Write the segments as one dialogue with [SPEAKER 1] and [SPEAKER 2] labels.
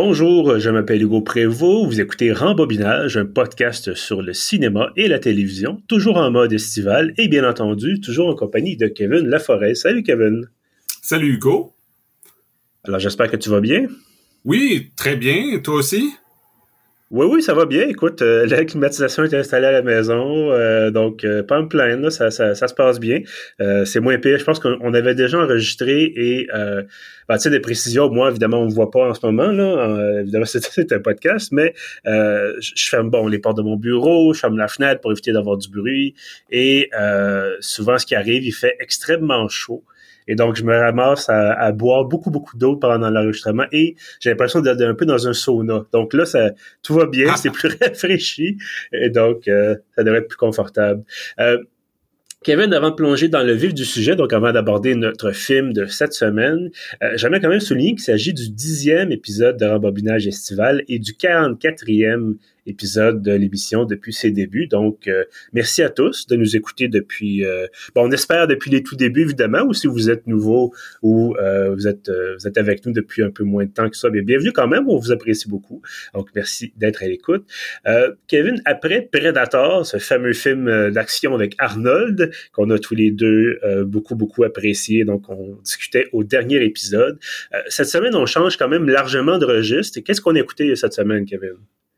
[SPEAKER 1] Bonjour, je m'appelle Hugo Prévost, vous écoutez Rembobinage, un podcast sur le cinéma et la télévision, toujours en mode estival et bien entendu, toujours en compagnie de Kevin Laforêt. Salut Kevin!
[SPEAKER 2] Salut Hugo!
[SPEAKER 1] Alors j'espère que tu vas bien.
[SPEAKER 2] Oui, très bien, toi aussi?
[SPEAKER 1] Oui, ça va bien. Écoute, la climatisation est installée à la maison, donc pas à me plaindre, là, ça se passe bien. C'est moins pire. Je pense qu'on avait déjà enregistré et tu sais, des précisions. Moi, évidemment, on ne voit pas en ce moment. Là, évidemment, c'est un podcast, mais je ferme les portes de mon bureau, je ferme la fenêtre pour éviter d'avoir du bruit. Et souvent, ce qui arrive, il fait extrêmement chaud. Et donc, je me ramasse à boire beaucoup d'eau pendant l'enregistrement et j'ai l'impression d'être un peu dans un sauna. Donc là, tout va bien, c'est plus rafraîchi et donc ça devrait être plus confortable. Kevin, avant de plonger dans le vif du sujet, donc avant d'aborder notre film de cette semaine, j'aimerais quand même souligner qu'il s'agit du 10e épisode de Rembobinage estival et du 44e épisode de l'émission depuis ses débuts. Donc, merci à tous de nous écouter depuis, on espère depuis les tout débuts, évidemment, ou si vous êtes nouveau ou vous êtes avec nous depuis un peu moins de temps que ça, bien, bienvenue quand même, on vous apprécie beaucoup. Donc, merci d'être à l'écoute. Kevin, après Predator, ce fameux film d'action avec Arnold, qu'on a tous les deux beaucoup apprécié, donc on discutait au dernier épisode. Cette semaine, on change quand même largement de registre. Qu'est-ce qu'on a écouté cette semaine, Kevin?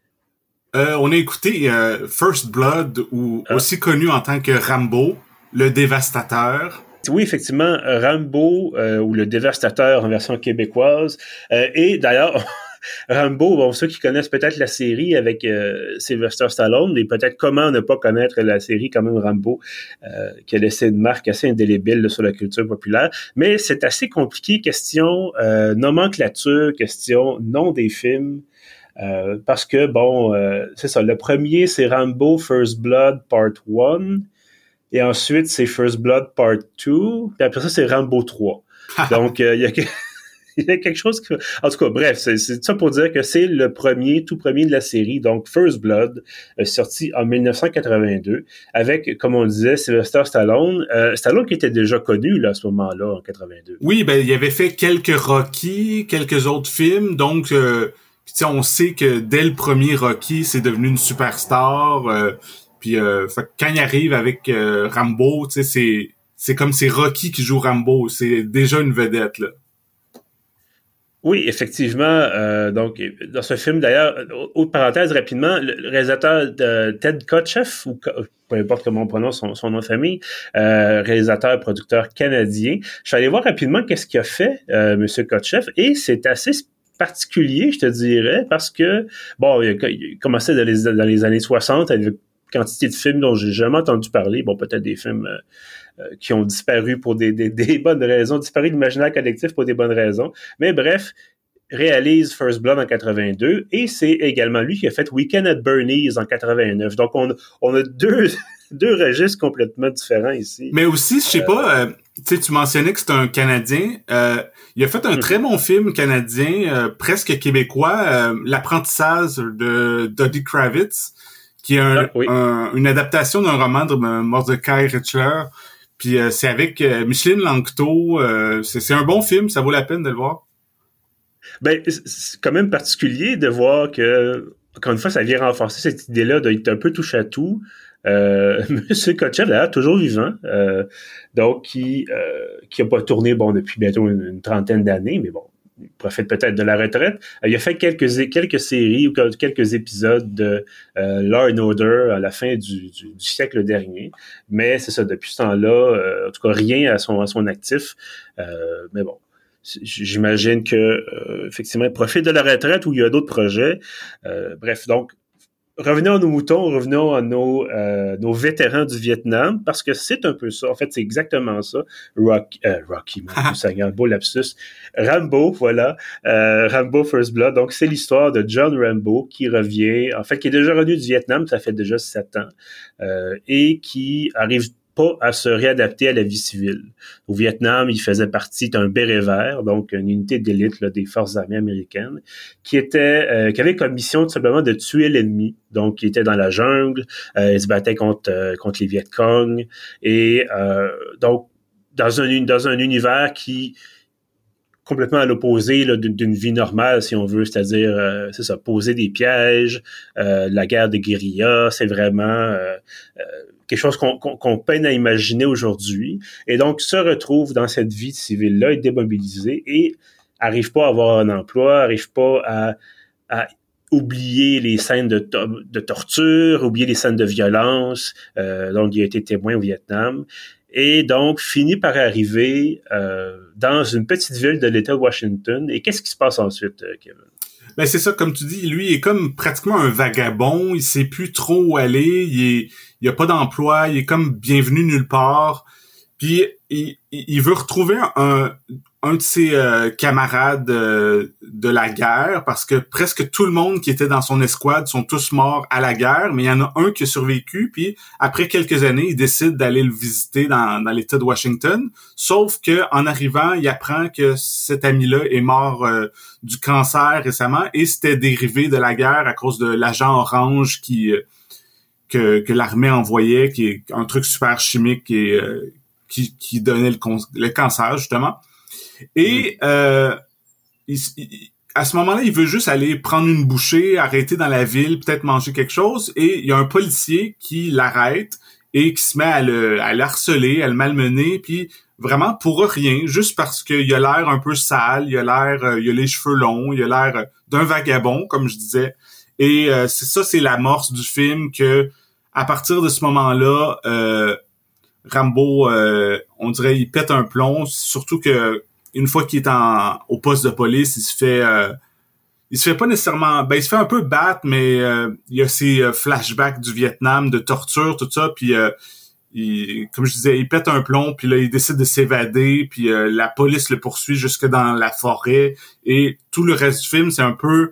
[SPEAKER 2] On a écouté First Blood, ou aussi connu en tant que Rambo, le Dévastateur.
[SPEAKER 1] Oui, effectivement, Rambo, ou le Dévastateur en version québécoise. Et d'ailleurs... Rambo, ceux qui connaissent peut-être la série avec Sylvester Stallone, mais peut-être comment ne pas connaître la série quand même Rambo, qui a laissé une marque assez indélébile là, sur la culture populaire. Mais c'est assez compliqué, question nomenclature, question nom des films. Parce que, c'est ça, le premier, c'est Rambo First Blood Part 1, et ensuite, c'est First Blood Part 2, puis après ça, c'est Rambo 3. Donc, il y a quelque chose qui... En tout cas, bref, c'est ça pour dire que c'est le tout premier de la série, donc First Blood, sorti en 1982, avec, comme on le disait, Sylvester Stallone. Stallone qui était déjà connu là, à ce moment-là, en 82.
[SPEAKER 2] Oui, il avait fait quelques Rocky, quelques autres films, donc on sait que dès le premier Rocky, c'est devenu une superstar. Fait que quand il arrive avec Rambo, c'est comme c'est Rocky qui joue Rambo, c'est déjà une vedette, là.
[SPEAKER 1] Oui, effectivement. Donc, dans ce film, d'ailleurs, autre parenthèse rapidement, le réalisateur Ted Kotcheff, ou peu importe comment on prononce son nom de famille, réalisateur, producteur canadien. Je suis allé voir rapidement qu'est-ce qu'il a fait, Monsieur Kotcheff, et c'est assez particulier, je te dirais, parce que, il a commencé dans les années 60, avec une quantité de films dont j'ai jamais entendu parler. Bon, peut-être des films... qui ont disparu pour des bonnes raisons, disparu de l'imaginaire collectif pour des bonnes raisons. Mais bref, réalise First Blood en 82 et c'est également lui qui a fait Weekend at Bernie's en 89. Donc, on a deux registres complètement différents ici.
[SPEAKER 2] Mais aussi, je sais pas, tu mentionnais que c'est un Canadien. Il a fait un très bon film canadien, presque québécois, L'apprentissage de Dodie Kravitz, qui est une adaptation d'un roman de Mordecai Richler. Puis c'est avec Micheline Langto. C'est un bon film, ça vaut la peine de le voir.
[SPEAKER 1] Ben, c'est quand même particulier de voir que, encore une fois, ça vient renforcer cette idée-là d'être un peu touche à tout. Monsieur Kotcheff, d'ailleurs, toujours vivant, donc qui a pas tourné depuis bientôt une trentaine d'années, mais bon, il profite peut-être de la retraite. Il a fait quelques séries ou quelques épisodes de Law and Order à la fin du siècle dernier, mais c'est ça, depuis ce temps-là, en tout cas, rien à son actif, mais bon. J'imagine que effectivement, il profite de la retraite ou il y a d'autres projets. Bref, donc, revenons à nos moutons, revenons à nos vétérans du Vietnam, parce que c'est un peu ça. En fait, c'est exactement ça. Rocky, mon Seigneur, beau lapsus. Rambo, voilà. Rambo First Blood. Donc, c'est l'histoire de John Rambo qui revient, en fait, qui est déjà revenu du Vietnam, ça fait déjà 7 ans, et qui arrive pas à se réadapter à la vie civile. Au Vietnam, il faisait partie d'un béret vert, donc une unité d'élite là, des forces armées américaines, qui avait comme mission tout simplement de tuer l'ennemi. Donc, il était dans la jungle, il se battait contre les Viet Cong, et donc dans un univers qui complètement à l'opposé là, d'une vie normale, si on veut, c'est-à-dire, c'est ça, poser des pièges, la guerre de guérilla, c'est vraiment quelque chose qu'on peine à imaginer aujourd'hui. Et donc, se retrouve dans cette vie civile-là, est démobilisé et arrive pas à avoir un emploi, arrive pas à oublier les scènes de torture, oublier les scènes de violence. Donc, il a été témoin au Vietnam. Et donc, finit par arriver dans une petite ville de l'État de Washington. Et qu'est-ce qui se passe ensuite, Kevin?
[SPEAKER 2] Ben c'est ça, comme tu dis, lui il est comme pratiquement un vagabond, il sait plus trop où aller, il a pas d'emploi, il est comme bienvenu nulle part. Puis il veut retrouver un de ses camarades de la guerre, parce que presque tout le monde qui était dans son escouade sont tous morts à la guerre, mais il y en a un qui a survécu, puis après quelques années, il décide d'aller le visiter dans l'État de Washington, sauf que en arrivant, il apprend que cet ami-là est mort du cancer récemment, et c'était dérivé de la guerre à cause de l'agent orange que l'armée envoyait, qui est un truc super chimique et qui donnait le cancer, justement. Et à ce moment-là, il veut juste aller prendre une bouchée, arrêter dans la ville, peut-être manger quelque chose, et il y a un policier qui l'arrête et qui se met à le harceler, à le malmener, puis vraiment pour rien, juste parce qu'il a l'air un peu sale, il a les cheveux longs, il a l'air d'un vagabond, comme je disais. Et c'est l'amorce du film, que à partir de ce moment-là, Rambo, on dirait, il pète un plomb, surtout que une fois qu'il est au poste de police, il se fait pas nécessairement, il se fait un peu battre, mais il y a ces flashbacks du Vietnam, de torture, tout ça, puis comme je disais, il pète un plomb, puis là, il décide de s'évader, puis la police le poursuit jusque dans la forêt, et tout le reste du film, c'est un peu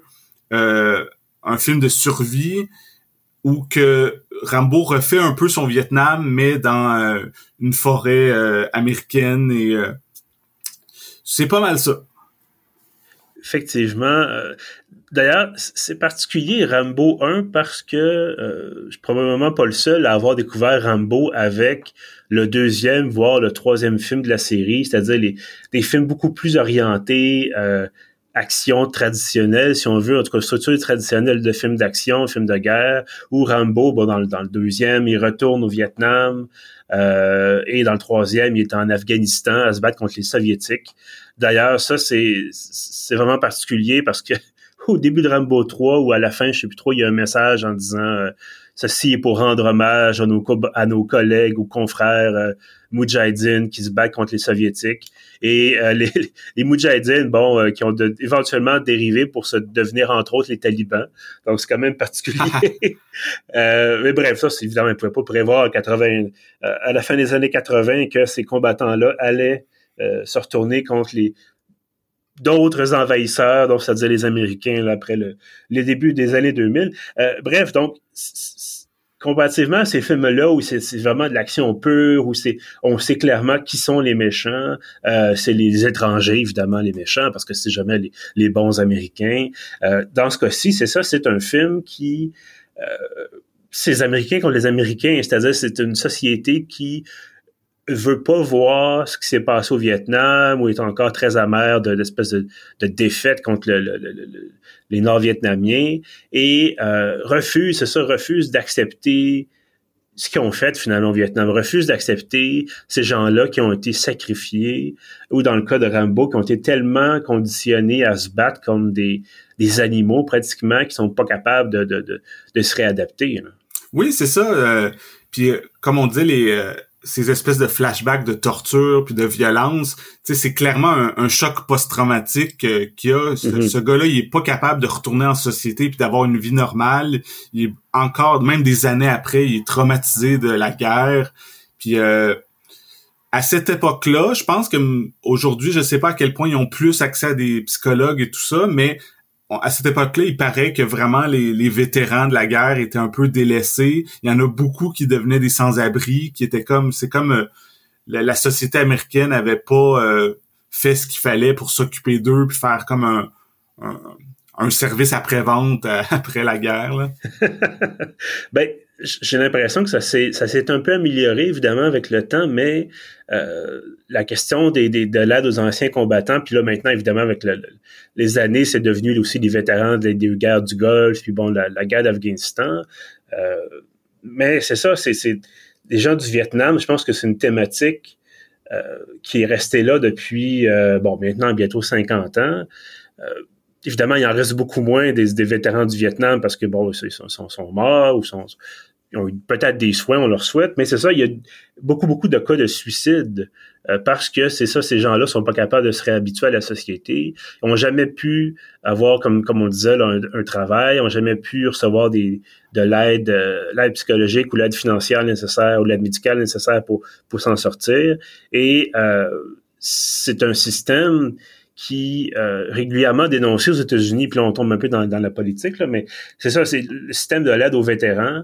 [SPEAKER 2] un film de survie, où que Rambo refait un peu son Vietnam, mais dans une forêt américaine, et c'est pas mal ça.
[SPEAKER 1] Effectivement. D'ailleurs, c'est particulier Rambo 1 parce que je suis probablement pas le seul à avoir découvert Rambo avec le deuxième, voire le troisième film de la série, c'est-à-dire des films beaucoup plus orientés action traditionnelle, si on veut, en tout cas structure traditionnelle de films d'action, films de guerre, où Rambo, dans le deuxième, il retourne au Vietnam, et dans le troisième, il est en Afghanistan à se battre contre les Soviétiques. D'ailleurs, ça, c'est vraiment particulier parce que au début de Rambo 3 ou à la fin, je sais plus trop, il y a un message en disant ceci est pour rendre hommage à nos collègues ou confrères Moudjahidines qui se battent contre les Soviétiques. Et les Moudjahidines, qui ont éventuellement dérivé pour se devenir, entre autres, les talibans. Donc, c'est quand même particulier. Mais bref, ça, c'est évidemment, on ne pouvait pas prévoir à la fin des années 80 que ces combattants-là allaient se retourner contre d'autres envahisseurs, donc c'est-à-dire les Américains là, après les débuts des années 2000. Bref, donc comparativement à ces films-là où c'est vraiment de l'action pure, où on sait clairement qui sont les méchants, c'est les étrangers évidemment les méchants parce que c'est jamais les bons Américains. Dans ce cas-ci, c'est ça, c'est un film qui c'est les Américains contre les Américains, c'est-à-dire c'est une société qui veut pas voir ce qui s'est passé au Vietnam, où il est encore très amer de l'espèce de défaite contre les Nord-Vietnamiens, et refuse d'accepter ce qu'ils ont fait finalement au Vietnam, refuse d'accepter ces gens-là qui ont été sacrifiés, ou dans le cas de Rambo, qui ont été tellement conditionnés à se battre comme des animaux pratiquement, qui sont pas capables de se réadapter. Là.
[SPEAKER 2] Oui, c'est ça. Puis comme on dit, ces espèces de flashbacks de torture puis de violence, tu sais, c'est clairement un choc post-traumatique qu'il y a. Ce gars-là, il est pas capable de retourner en société puis d'avoir une vie normale. Il est encore, même des années après, il est traumatisé de la guerre. Puis à cette époque-là, je pense que aujourd'hui, je sais pas à quel point ils ont plus accès à des psychologues et tout ça, mais à cette époque-là, il paraît que vraiment les vétérans de la guerre étaient un peu délaissés. Il y en a beaucoup qui devenaient des sans-abri, qui étaient c'est comme la société américaine avait pas fait ce qu'il fallait pour s'occuper d'eux puis faire comme un service après-vente après la guerre. Là.
[SPEAKER 1] j'ai l'impression que ça s'est un peu amélioré, évidemment, avec le temps, mais la question de l'aide aux anciens combattants, puis là, maintenant, évidemment, avec les années, c'est devenu aussi des vétérans des guerres du Golfe, puis bon, la guerre d'Afghanistan. Mais c'est ça, c'est des gens du Vietnam, je pense que c'est une thématique qui est restée là depuis, maintenant, bientôt 50 ans. Évidemment, il en reste beaucoup moins des vétérans du Vietnam parce que, bon, ils sont morts ou ils ont eu peut-être des soins, on leur souhaite, mais c'est ça, il y a beaucoup de cas de suicide parce que c'est ça, ces gens-là sont pas capables de se réhabituer à la société. Ils n'ont jamais pu avoir, comme on disait, là, un travail, ils n'ont jamais pu recevoir de l'aide psychologique ou l'aide financière nécessaire ou l'aide médicale nécessaire pour s'en sortir. Et c'est un système qui régulièrement dénoncé aux États-Unis, puis là on tombe un peu dans la politique, là, mais c'est ça, c'est le système de l'aide aux vétérans.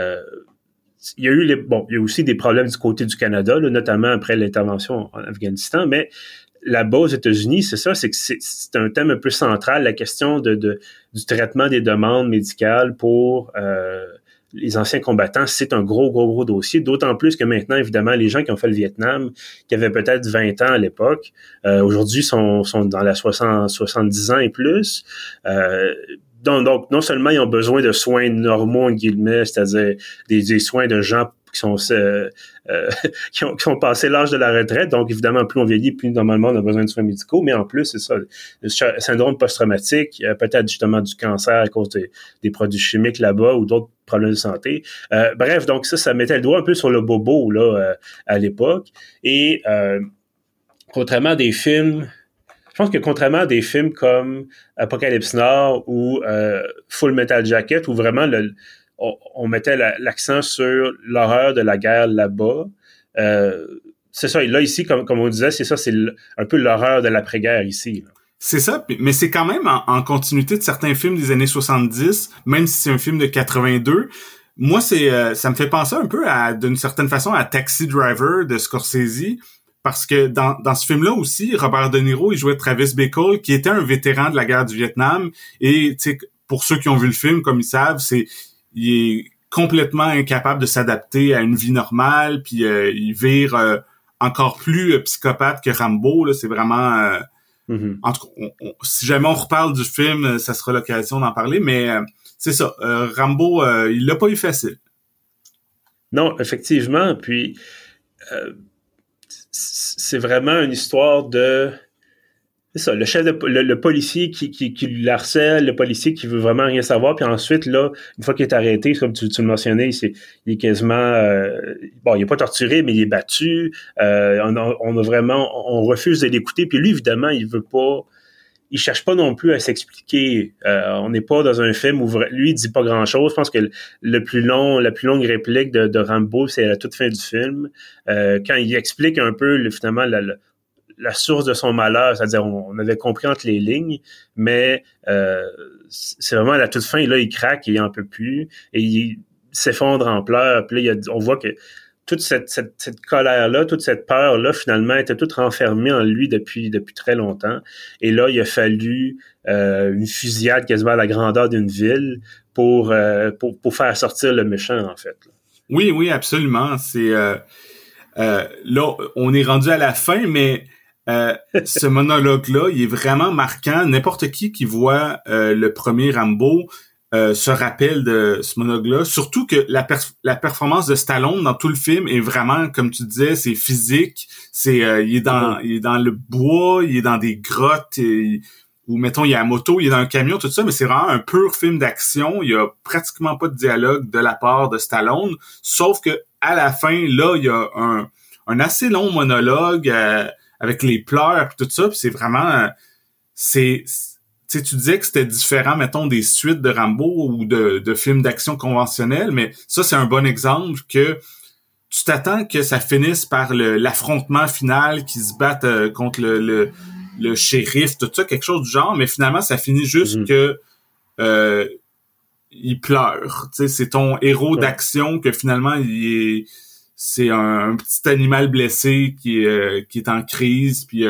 [SPEAKER 1] Il y a il y a aussi des problèmes du côté du Canada, là, notamment après l'intervention en Afghanistan, mais là-bas aux États-Unis, c'est ça, c'est que c'est un thème un peu central, la question du traitement des demandes médicales pour les anciens combattants, c'est un gros dossier, d'autant plus que maintenant, évidemment, les gens qui ont fait le Vietnam, qui avaient peut-être 20 ans à l'époque, aujourd'hui sont dans la 70 ans et plus. Donc, non seulement ils ont besoin de soins normaux, en guillemets, c'est-à-dire des soins de gens qui sont qui ont passé l'âge de la retraite. Donc, évidemment, plus on vieillit, plus normalement on a besoin de soins médicaux. Mais en plus, c'est ça, le syndrome post-traumatique, peut-être justement du cancer à cause des produits chimiques là-bas ou d'autres problèmes de santé. Bref, donc ça mettait le doigt un peu sur le bobo là à l'époque. Et contrairement à des films, je pense que contrairement à des films comme Apocalypse Now ou Full Metal Jacket, où vraiment on mettait l'accent sur l'horreur de la guerre là-bas. C'est ça. Et là, ici, comme on disait, c'est ça, c'est un peu l'horreur de l'après-guerre ici. Là.
[SPEAKER 2] C'est ça, mais c'est quand même en continuité de certains films des années 70, même si c'est un film de 82. Moi, ça me fait penser un peu d'une certaine façon, à Taxi Driver de Scorsese, parce que dans ce film-là aussi, Robert De Niro, il jouait Travis Bickle, qui était un vétéran de la guerre du Vietnam. Et tu sais, pour ceux qui ont vu le film, comme ils savent, il est complètement incapable de s'adapter à une vie normale, puis il vire encore plus psychopathe que Rambo. Là, c'est vraiment... En tout cas, si jamais on reparle du film, ça sera l'occasion d'en parler, mais c'est ça. Rambo, il l'a pas eu facile.
[SPEAKER 1] Non, effectivement. Puis, c'est vraiment une histoire de... C'est ça, le chef le policier qui le harcèle, le policier qui veut vraiment rien savoir, puis ensuite, là, une fois qu'il est arrêté, comme tu le mentionnais, il est quasiment... il est pas torturé, mais il est battu. On refuse de l'écouter, puis lui, évidemment, il cherche pas non plus à s'expliquer. On n'est pas dans un film où lui, il dit pas grand-chose. Je pense que la plus longue réplique de Rambo, c'est à la toute fin du film, quand il explique un peu, finalement, la source de son malheur, c'est-à-dire on avait compris entre les lignes, mais c'est vraiment à la toute fin, là, il craque et il en peut plus, et il s'effondre en pleurs. Puis là, on voit que toute cette colère-là, toute cette peur-là, finalement, était toute renfermée en lui depuis très longtemps. Et là, il a fallu une fusillade quasiment à la grandeur d'une ville pour faire sortir le méchant, en fait. Là.
[SPEAKER 2] Oui, absolument. C'est là, on est rendu à la fin, mais ce monologue-là, il est vraiment marquant. N'importe qui voit le premier Rambo se rappelle de ce monologue-là. Surtout que la performance de Stallone dans tout le film est vraiment, comme tu disais, c'est physique. Il est dans le bois, il est dans des grottes, ou mettons, il y a la moto, il est dans un camion, tout ça, mais c'est vraiment un pur film d'action. Il y a pratiquement pas de dialogue de la part de Stallone, sauf que à la fin, là, il y a un assez long monologue avec les pleurs et tout ça, puis c'est vraiment... tu disais que c'était différent, mettons, des suites de Rambo ou de films d'action conventionnels, mais ça, c'est un bon exemple que tu t'attends que ça finisse par l'affrontement final, qu'ils se battent contre le shérif, tout ça, quelque chose du genre, mais finalement, ça finit juste que il pleure. Tu sais, c'est ton héros d'action que finalement, c'est un petit animal blessé qui est en crise, puis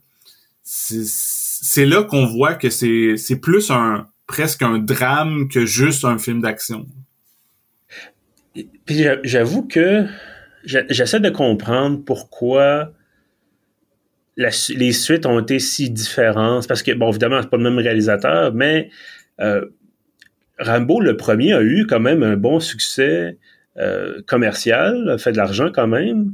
[SPEAKER 2] c'est là qu'on voit que c'est plus presque un drame que juste un film d'action.
[SPEAKER 1] Puis j'avoue que j'essaie de comprendre pourquoi les suites ont été si différentes. Parce que, bon, évidemment, c'est pas le même réalisateur, mais Rambo, le premier, a eu quand même un bon succès commercial, a fait de l'argent quand même.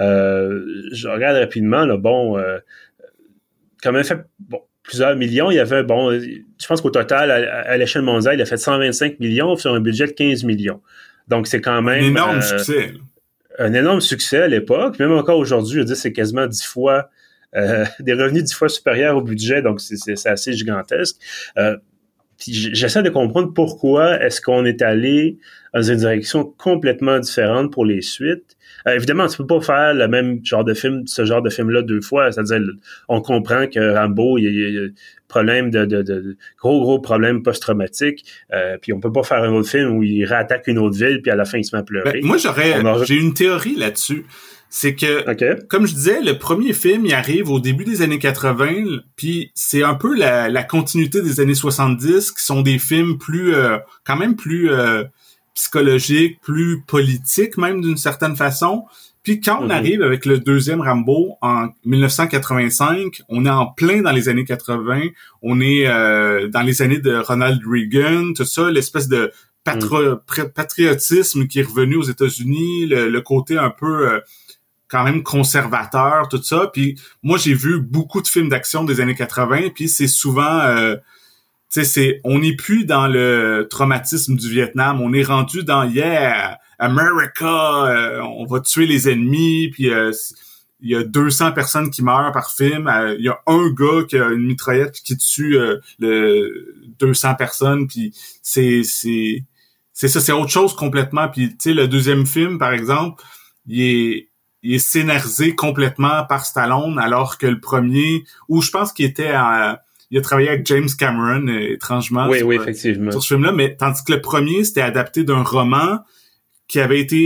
[SPEAKER 1] Je regarde rapidement, là, bon, quand même fait plusieurs millions. Il y avait, bon, je pense qu'au total, à l'échelle mondiale, il a fait 125 millions sur un budget de 15 millions. Donc, c'est quand même...
[SPEAKER 2] Un énorme succès.
[SPEAKER 1] Un énorme succès à l'époque. Même encore aujourd'hui, je veux dire, c'est quasiment 10 fois... des revenus 10 fois supérieurs au budget, donc c'est assez gigantesque. Puis j'essaie de comprendre pourquoi est-ce qu'on est allé dans une direction complètement différente pour les suites. Évidemment, tu peux pas faire le même genre de film, ce genre de film-là deux fois. C'est-à-dire, on comprend que Rambo, il y a problème de gros problèmes post-traumatiques. Puis on peut pas faire un autre film où il réattaque une autre ville, puis à la fin, il se met à pleurer.
[SPEAKER 2] Ben, moi, j'ai une théorie là-dessus. C'est que, comme je disais, le premier film, il arrive au début des années 80, puis c'est un peu la continuité des années 70, qui sont des films plus, quand même plus psychologiques, plus politiques même d'une certaine façon. Puis quand on arrive avec le deuxième Rambo en 1985, on est en plein dans les années 80, on est dans les années de Ronald Reagan, tout ça, l'espèce de patriotisme qui est revenu aux États-Unis, le côté un peu... quand même conservateur, tout ça. Puis moi, j'ai vu beaucoup de films d'action des années 80, puis c'est souvent... tu sais, on n'est plus dans le traumatisme du Vietnam, on est rendu dans « Yeah, America, on va tuer les ennemis », puis il y a 200 personnes qui meurent par film, il y a un gars qui a une mitraillette qui tue le 200 personnes, puis c'est ça, c'est autre chose complètement. Puis tu sais, le deuxième film, par exemple, il est scénarisé complètement par Stallone, alors que le premier, où je pense qu'il était il a travaillé avec James Cameron, étrangement,
[SPEAKER 1] oui, effectivement,
[SPEAKER 2] sur ce film-là, mais tandis que le premier, c'était adapté d'un roman qui avait été...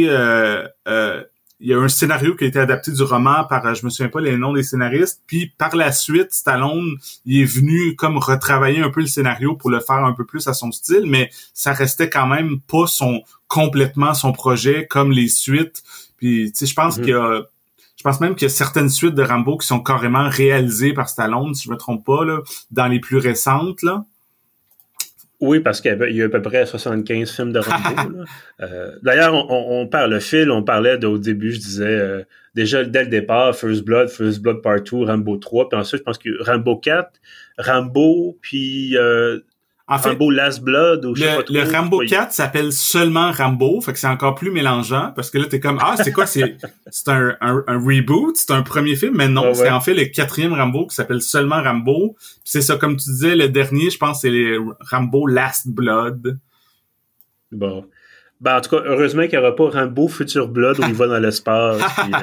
[SPEAKER 2] il y a un scénario qui a été adapté du roman par, je me souviens pas les noms des scénaristes, puis par la suite, Stallone, il est venu comme retravailler un peu le scénario pour le faire un peu plus à son style, mais ça restait quand même pas complètement son projet comme les suites. Puis, tu sais, je pense même qu'il y a certaines suites de Rambo qui sont carrément réalisées par Stallone, si je me trompe pas, là, dans les plus récentes, là.
[SPEAKER 1] Oui, parce qu'il y a à peu près 75 films de Rambo. D'ailleurs, on parle le film, on parlait au début, je disais, déjà dès le départ, First Blood Part 2, Rambo 3, puis ensuite, je pense que Rambo 4, Rambo, puis... en fait, Rambo Last Blood ou je sais pas trop.
[SPEAKER 2] Le Rambo 4 s'appelle seulement Rambo, fait que c'est encore plus mélangeant parce que là t'es comme c'est quoi, c'est un reboot, c'est un premier film, mais non, c'est en fait le quatrième Rambo qui s'appelle seulement Rambo. Puis c'est ça, comme tu disais, le dernier, je pense c'est les Rambo Last Blood.
[SPEAKER 1] Bon. Ben, en tout cas, heureusement qu'il n'y aura pas Rambo Future Blood où il va dans l'espace.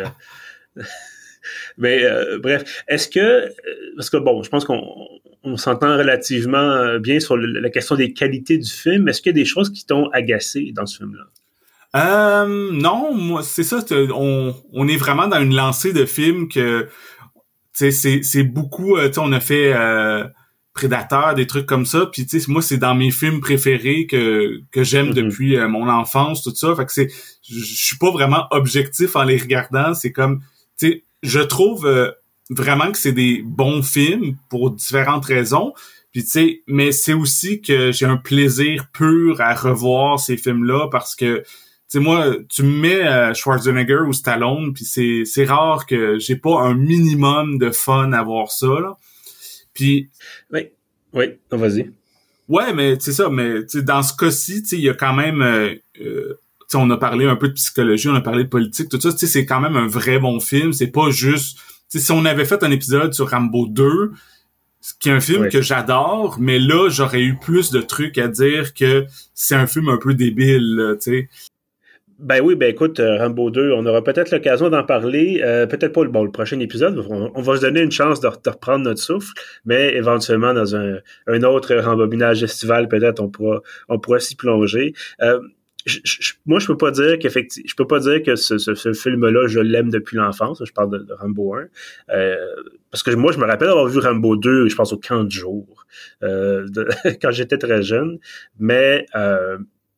[SPEAKER 1] Mais bref, est-ce que... parce que bon, je pense qu'on s'entend relativement bien sur la question des qualités du film. Est-ce qu'il y a des choses qui t'ont agacé dans ce film-là?
[SPEAKER 2] Non, moi, c'est ça. On est vraiment dans une lancée de films que... tu sais, c'est beaucoup... tu sais, on a fait... Prédateur, des trucs comme ça, puis tu sais, moi c'est dans mes films préférés que j'aime depuis mon enfance, tout ça, fait que je suis pas vraiment objectif en les regardant, c'est comme, tu sais, je trouve vraiment que c'est des bons films pour différentes raisons, puis tu sais, mais c'est aussi que j'ai un plaisir pur à revoir ces films-là, parce que tu sais, moi, tu me mets Schwarzenegger ou Stallone, puis c'est rare que j'ai pas un minimum de fun à voir ça, là. Puis
[SPEAKER 1] oui, vas-y.
[SPEAKER 2] Ouais, mais c'est ça, mais dans ce cas-ci, il y a quand même on a parlé un peu de psychologie, on a parlé de politique, tout ça, c'est quand même un vrai bon film, c'est pas juste si on avait fait un épisode sur Rambo 2, qui est un film que j'adore, mais là, j'aurais eu plus de trucs à dire que c'est un film un peu débile, tu sais.
[SPEAKER 1] Ben oui, ben écoute, Rambo 2, on aura peut-être l'occasion d'en parler, peut-être pas le prochain épisode, on va se donner une chance de reprendre notre souffle, mais éventuellement dans un autre rembobinage estival, peut-être on pourra s'y plonger. Moi, je peux pas dire que ce film-là, je l'aime depuis l'enfance, je parle de Rambo 1, parce que moi, je me rappelle avoir vu Rambo 2, je pense au camp de jour, quand j'étais très jeune, mais...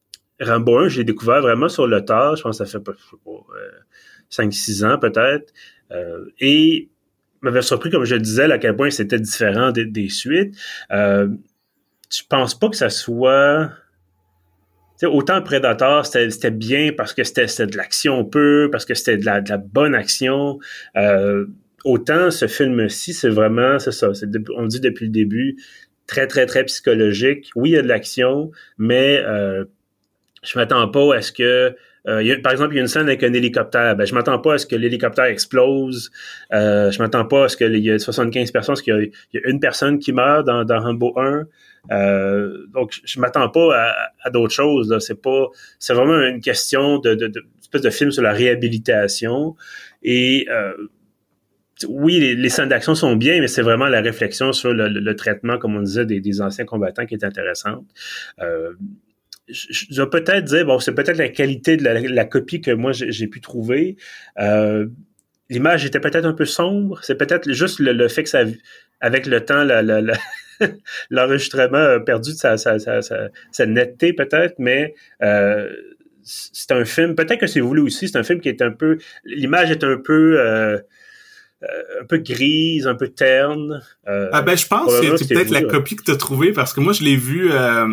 [SPEAKER 1] Rambo 1, j'ai découvert vraiment sur le tard. Je pense que ça fait, je sais pas 5-6 ans peut-être. Et m'avait surpris, comme je le disais, à quel point c'était différent des suites. Je pense pas que ça soit... T'sais, autant Predator, c'était bien parce que c'était de l'action peu, parce que c'était de la bonne action. Autant ce film-ci, c'est vraiment, c'est ça, on le dit depuis le début, très, très, très psychologique. Oui, il y a de l'action, mais je m'attends pas à ce que... par exemple, il y a une scène avec un hélicoptère. Ben, je m'attends pas à ce que l'hélicoptère explose. Je m'attends pas à ce qu'il y ait 75 personnes, parce qu'il y a une personne qui meurt dans Rambo 1. Donc, je m'attends pas à d'autres choses. Là. C'est vraiment une question de espèce de film sur la réhabilitation. Et oui, les scènes d'action sont bien, mais c'est vraiment la réflexion sur le traitement, comme on disait, des anciens combattants qui est intéressante. Je vais peut-être dire, bon, c'est peut-être la qualité de la copie que moi j'ai pu trouver. L'image était peut-être un peu sombre. C'est peut-être juste le fait que ça, avec le temps, l'enregistrement a perdu de sa netteté peut-être, mais c'est un film, peut-être que c'est voulu aussi, c'est un film qui est un peu, l'image est un peu grise, un peu terne.
[SPEAKER 2] Je pense que c'est peut-être la copie que tu as trouvée, parce que moi je l'ai vu...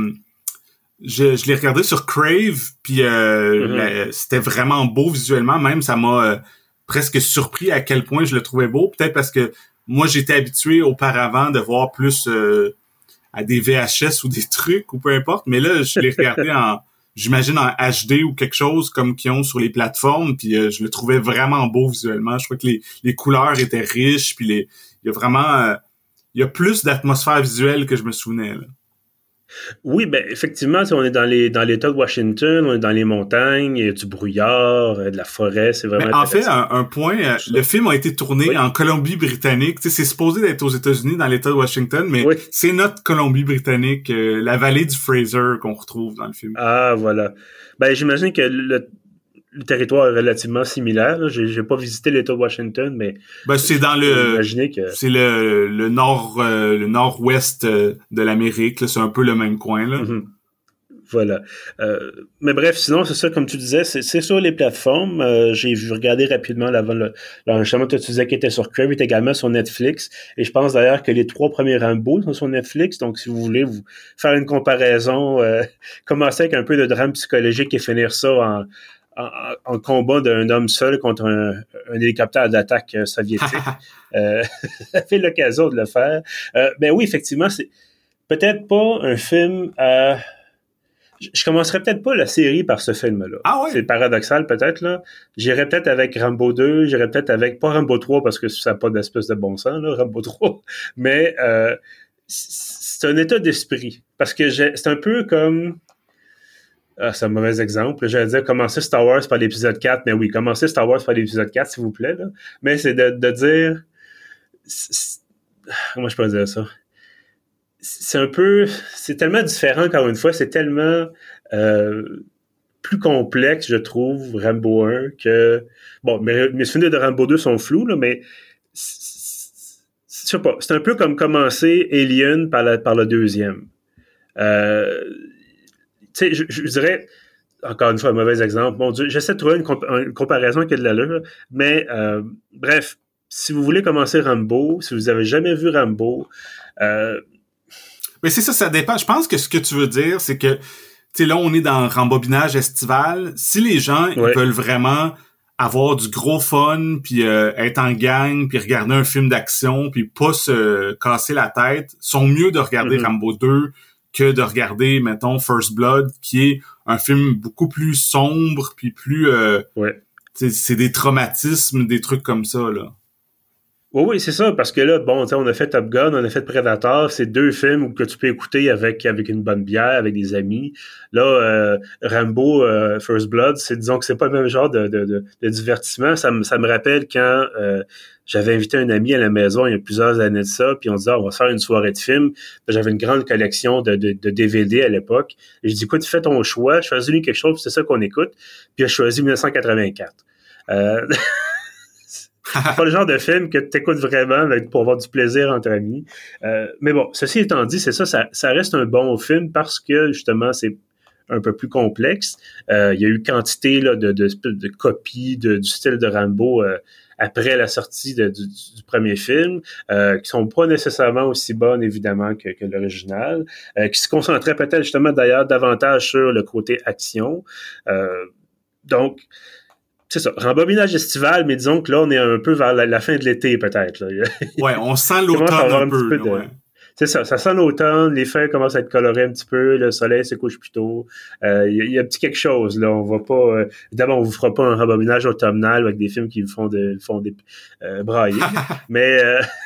[SPEAKER 2] Je l'ai regardé sur Crave, puis c'était vraiment beau visuellement. Même, ça m'a presque surpris à quel point je le trouvais beau. Peut-être parce que moi, j'étais habitué auparavant de voir plus à des VHS ou des trucs, ou peu importe. Mais là, je l'ai regardé j'imagine en HD ou quelque chose comme qu'ils ont sur les plateformes. Puis je le trouvais vraiment beau visuellement. Je crois que les couleurs étaient riches. Puis il y a vraiment... il y a plus d'atmosphère visuelle que je me souvenais, là.
[SPEAKER 1] Oui, ben effectivement, on est dans l'État de Washington, on est dans les montagnes, il y a du brouillard, de la forêt, c'est vraiment intéressant.
[SPEAKER 2] En fait, un point, le film a été tourné en Colombie-Britannique. C'est supposé d'être aux États-Unis, dans l'État de Washington, mais c'est notre Colombie-Britannique, la vallée du Fraser qu'on retrouve dans le film.
[SPEAKER 1] Ah, voilà. Ben j'imagine que le territoire est relativement similaire. Là. J'ai pas visité l'État de Washington, mais
[SPEAKER 2] c'est dans c'est le nord-ouest de l'Amérique. Là. C'est un peu le même coin, là.
[SPEAKER 1] Mm-hmm. Voilà. Mais bref, sinon, c'est ça, comme tu disais, c'est sur les plateformes. J'ai regardé rapidement l'enregistrement que tu disais qui était sur Crave, est également sur Netflix. Et je pense d'ailleurs que les 3 premiers Rambo sont sur Netflix. Donc, si vous voulez vous faire une comparaison, commencer avec un peu de drame psychologique et finir ça en combat d'un homme seul contre un hélicoptère d'attaque soviétique. Fait l'occasion de le faire. Ben oui, effectivement, c'est peut-être pas un film je commencerais peut-être pas la série par ce film-là.
[SPEAKER 2] Ah ouais?
[SPEAKER 1] C'est paradoxal peut-être, là. J'irais peut-être avec Rambo 2, j'irais peut-être avec, pas Rambo 3 parce que ça n'a pas d'espèce de bon sens, là, Rambo 3. Mais c'est un état d'esprit. Parce que c'est un peu comme... c'est un mauvais exemple. J'allais dire commencer Star Wars par l'épisode 4, mais oui, commencer Star Wars par l'épisode 4, s'il vous plaît. Là. Mais c'est de dire... Comment je peux dire ça? C'est tellement différent, encore une fois, c'est tellement plus complexe, je trouve, Rambo 1, que... Bon, mes souvenirs de Rambo 2 sont flous, là, mais... Je sais pas, c'est un peu comme commencer Alien par le deuxième. Tu sais, je dirais... Encore une fois, un mauvais exemple. Mon Dieu, j'essaie de trouver une comparaison qui a de l'allure, mais bref, si vous voulez commencer Rambo, si vous avez jamais vu Rambo...
[SPEAKER 2] Mais c'est ça dépend. Je pense que ce que tu veux dire, c'est que, tu sais, là, on est dans rembobinage estival. Si les gens ils veulent vraiment avoir du gros fun, puis être en gang, puis regarder un film d'action, puis pas se casser la tête, sont mieux de regarder Rambo 2 que de regarder, mettons, First Blood, qui est un film beaucoup plus sombre, puis plus... c'est des traumatismes, des trucs comme ça, là.
[SPEAKER 1] Oui, c'est ça, parce que là, bon, on a fait Top Gun, on a fait Predator, c'est 2 films que tu peux écouter avec une bonne bière, avec des amis. Là, Rambo, First Blood, disons que c'est pas le même genre de divertissement. Ça me rappelle quand j'avais invité un ami à la maison il y a plusieurs années de ça, puis on disait, on va se faire une soirée de films. J'avais une grande collection de DVD à l'époque. Et je dis, écoute, fais ton choix, choisis-lui quelque chose, c'est ça qu'on écoute. Puis j'ai choisi 1984. C'est pas le genre de film que tu écoutes vraiment pour avoir du plaisir entre amis. Mais bon, ceci étant dit, c'est ça reste un bon film parce que, justement, c'est un peu plus complexe. Il y a eu quantité là, de copies du style de Rambo après la sortie du premier film, qui sont pas nécessairement aussi bonnes, évidemment, que l'original, qui se concentraient peut-être justement d'ailleurs davantage sur le côté action. Donc, c'est ça, rembobinage estival, mais disons que là, on est un peu vers la fin de l'été, peut-être. Là.
[SPEAKER 2] Ouais, on sent l'automne un peu. Ouais.
[SPEAKER 1] C'est ça sent l'automne, les feuilles commencent à être colorées un petit peu, le soleil se couche plus tôt. Il y a un petit quelque chose, là. On va pas... évidemment, on vous fera pas un rembobinage automnal avec des films qui vous font des brailler. Mais...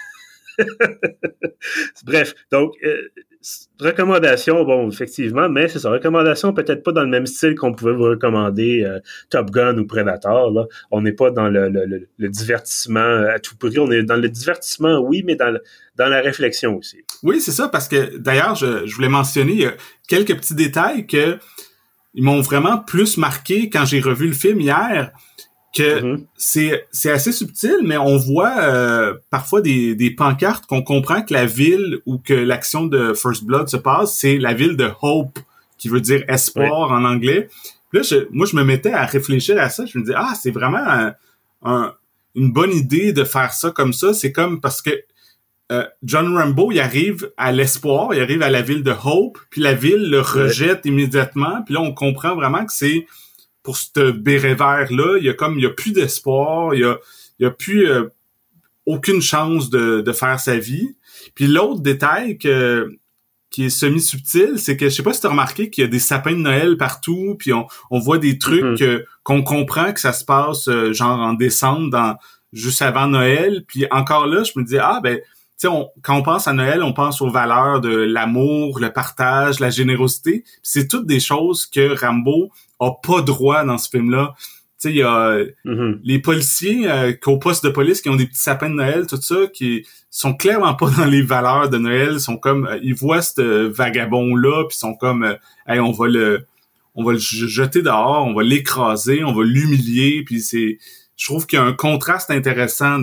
[SPEAKER 1] bref, donc... recommandation, bon, effectivement, mais c'est ça, recommandation peut-être pas dans le même style qu'on pouvait vous recommander Top Gun ou Predator, là. On n'est pas dans le divertissement à tout prix, on est dans le divertissement, oui, mais dans la réflexion aussi.
[SPEAKER 2] Oui, c'est ça, parce que d'ailleurs, je voulais mentionner, il y a quelques petits détails que ils m'ont vraiment plus marqué quand j'ai revu le film hier, que c'est assez subtil, mais on voit parfois des pancartes qu'on comprend que la ville où que l'action de First Blood se passe, c'est la ville de Hope, qui veut dire espoir en anglais. Puis là, moi, je me mettais à réfléchir à ça. Je me disais, c'est vraiment une bonne idée de faire ça comme ça. C'est comme parce que John Rambo, il arrive à l'espoir, il arrive à la ville de Hope, puis la ville le rejette immédiatement. Puis là, on comprend vraiment que c'est pour ce béret vert-là, il y a plus d'espoir, il y a plus aucune chance de faire sa vie. Puis l'autre détail qui est semi-subtil, c'est que je sais pas si tu as remarqué qu'il y a des sapins de Noël partout, puis on voit des trucs qu'on comprend que ça se passe genre en décembre, juste avant Noël. Puis encore là, je me dis tu sais, quand on pense à Noël, on pense aux valeurs de l'amour, le partage, la générosité. Puis c'est toutes des choses que Rambo a pas droit dans ce film-là. Tu sais, il y a les policiers qu'au poste de police qui ont des petits sapins de Noël, tout ça, qui sont clairement pas dans les valeurs de Noël. Sont comme, ils voient ce vagabond-là, puis sont comme, hey, on va le jeter dehors, on va l'écraser, on va l'humilier. Puis je trouve qu'il y a un contraste intéressant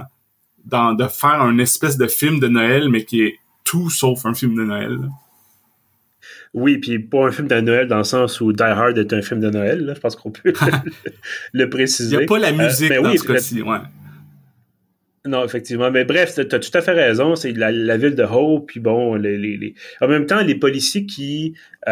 [SPEAKER 2] de faire un espèce de film de Noël, mais qui est tout sauf un film de Noël.
[SPEAKER 1] Oui, puis pas un film de Noël dans le sens où Die Hard est un film de Noël, là, je pense qu'on peut le préciser.
[SPEAKER 2] Il n'y a pas la musique dans ce cas-ci, ouais.
[SPEAKER 1] Non, effectivement. Mais bref, t'as tout à fait raison. C'est la ville de Hope, puis bon, en même temps, les policiers qui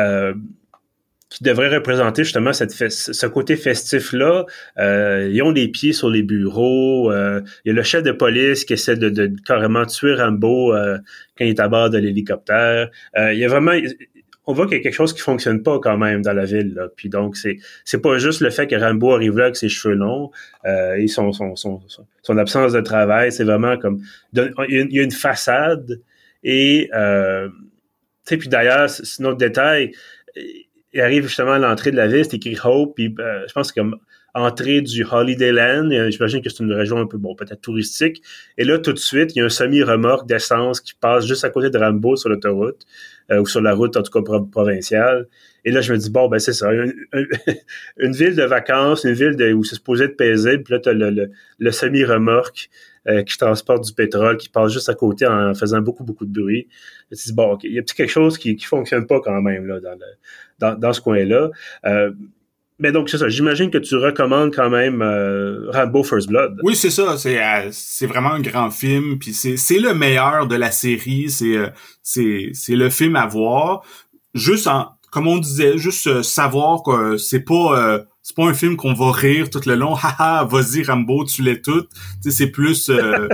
[SPEAKER 1] devraient représenter justement ce côté festif-là, ils ont les pieds sur les bureaux. Il y a le chef de police qui essaie de carrément tuer Rambo quand il est à bord de l'hélicoptère. Il y a vraiment... On voit qu'il y a quelque chose qui fonctionne pas quand même dans la ville, là. Puis donc, c'est pas juste le fait que Rambo arrive là avec ses cheveux longs et son absence de travail. C'est vraiment comme... Il y a une façade et... tu sais, puis d'ailleurs, c'est un autre détail... Il arrive justement à l'entrée de la ville, c'est écrit Hope, puis je pense que c'est comme entrée du Holidayland. J'imagine que c'est une région un peu, bon, peut-être touristique. Et là, tout de suite, il y a un semi-remorque d'essence qui passe juste à côté de Rambo sur l'autoroute, ou sur la route, en tout cas, provinciale. Et là, je me dis, bon, ben c'est ça, une ville de vacances, une ville où c'est supposé être paisible, puis là, t'as le semi-remorque qui transporte du pétrole, qui passe juste à côté en faisant beaucoup, beaucoup de bruit. Et tu dis, bon, OK, il y a petit quelque chose qui fonctionne pas quand même là dans ce coin-là. Mais donc, c'est ça. J'imagine que tu recommandes quand même Rambo First Blood.
[SPEAKER 2] Oui, c'est ça. C'est vraiment un grand film. Puis c'est le meilleur de la série. C'est le film à voir. Juste comme on disait, juste savoir que c'est pas un film qu'on va rire tout le long. Haha, vas-y Rambo, tu l'es tout. Tu sais, c'est plus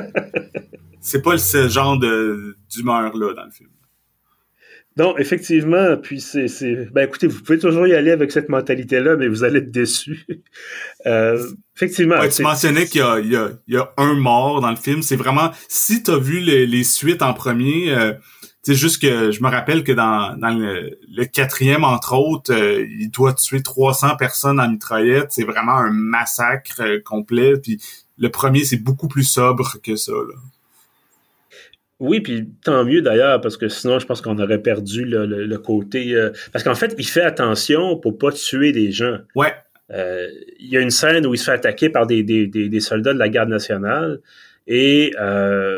[SPEAKER 2] c'est pas ce genre d'humeur là dans le film.
[SPEAKER 1] Non, effectivement, puis ben écoutez, vous pouvez toujours y aller avec cette mentalité-là, mais vous allez être déçus. Effectivement.
[SPEAKER 2] Ouais, tu mentionnais qu'il y a un mort dans le film. C'est vraiment, si t'as vu les suites en premier, c'est juste que je me rappelle que dans le quatrième, entre autres, il doit tuer 300 personnes en mitraillette. C'est vraiment un massacre complet. Puis le premier, c'est beaucoup plus sobre que ça, là.
[SPEAKER 1] Oui, puis tant mieux d'ailleurs, parce que sinon, je pense qu'on aurait perdu le côté... parce qu'en fait, il fait attention pour pas tuer des gens.
[SPEAKER 2] Ouais.
[SPEAKER 1] Il y a une scène où il se fait attaquer par des soldats de la garde nationale et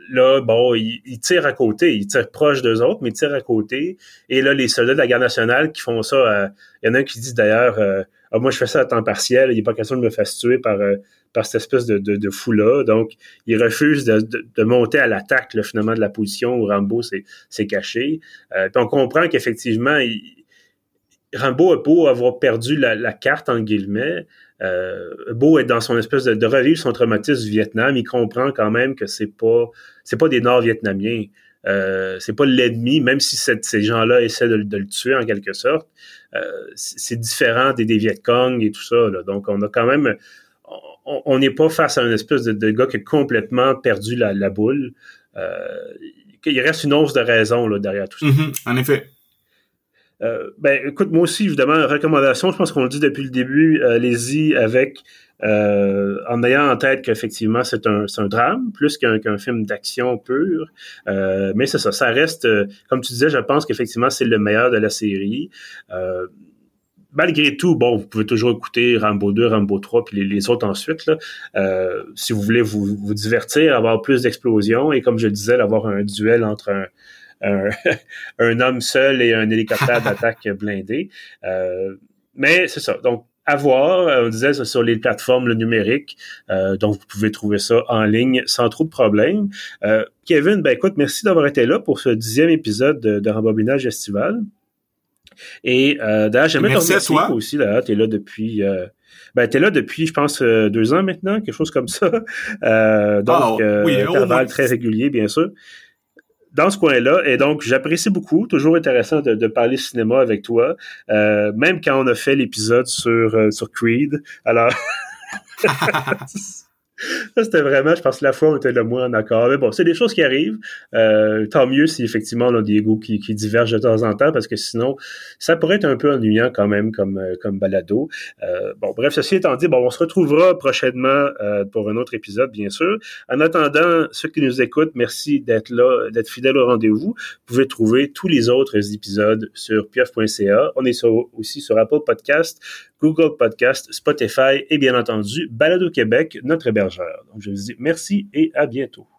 [SPEAKER 1] là, bon, ils tirent à côté, ils tirent proche d'eux autres, mais ils tirent à côté. Et là, les soldats de la garde nationale qui font ça, il y en a un qui dit d'ailleurs, moi je fais ça à temps partiel, il n'est pas question de me faire tuer par cette espèce de fou-là. Donc, ils refusent de monter à l'attaque, là, finalement, de la position où Rambo s'est caché. Puis on comprend qu'effectivement, Rambo a beau avoir perdu la carte, en guillemets, beau être dans son espèce de revivre son traumatisme du Vietnam, il comprend quand même que c'est pas des Nord-Vietnamiens. C'est pas l'ennemi, même si ces gens-là essaient de le tuer en quelque sorte. C'est différent des Viet Cong et tout ça, là. Donc, on a quand même... On n'est pas face à une espèce de gars qui a complètement perdu la boule. Il reste une once de raison là, derrière tout ça.
[SPEAKER 2] En effet.
[SPEAKER 1] Écoute, moi aussi, évidemment, recommandation, je pense qu'on le dit depuis le début, allez-y avec en ayant en tête qu'effectivement c'est un drame plus qu'un film d'action pur, mais c'est ça reste, comme tu disais, je pense qu'effectivement c'est le meilleur de la série. Malgré tout, bon, vous pouvez toujours écouter Rambo 2, Rambo 3, puis les autres ensuite, là, si vous voulez vous divertir, avoir plus d'explosions, et comme je disais, avoir un duel entre un homme seul et un hélicoptère d'attaque blindé. Mais c'est ça. Donc, à voir, on disait ça sur les plateformes numériques, donc vous pouvez trouver ça en ligne sans trop de problèmes. Kevin, écoute, merci d'avoir été là pour ce 10e épisode de Rembobinage estival. Et d'ailleurs, j'aimerais te remercier aussi. T'es là depuis... t'es là depuis, je pense, 2 ans maintenant, quelque chose comme ça. Intervalle très régulier, bien sûr. Dans ce coin-là, et donc j'apprécie beaucoup, toujours intéressant de parler cinéma avec toi, même quand on a fait l'épisode sur Creed. Alors, ça, c'était vraiment, je pense, la fois où on était le moins en accord. Mais bon, c'est des choses qui arrivent. Tant mieux si effectivement on a des goûts qui divergent de temps en temps, parce que sinon, ça pourrait être un peu ennuyant quand même comme balado. Bref, ceci étant dit, on se retrouvera prochainement pour un autre épisode, bien sûr. En attendant, ceux qui nous écoutent, merci d'être là, d'être fidèles au rendez-vous. Vous pouvez trouver tous les autres épisodes sur pieuf.ca. On est aussi sur Apple Podcast, Google Podcast, Spotify et bien entendu Balado Québec, notre hébergeur. Donc je vous dis merci et à bientôt.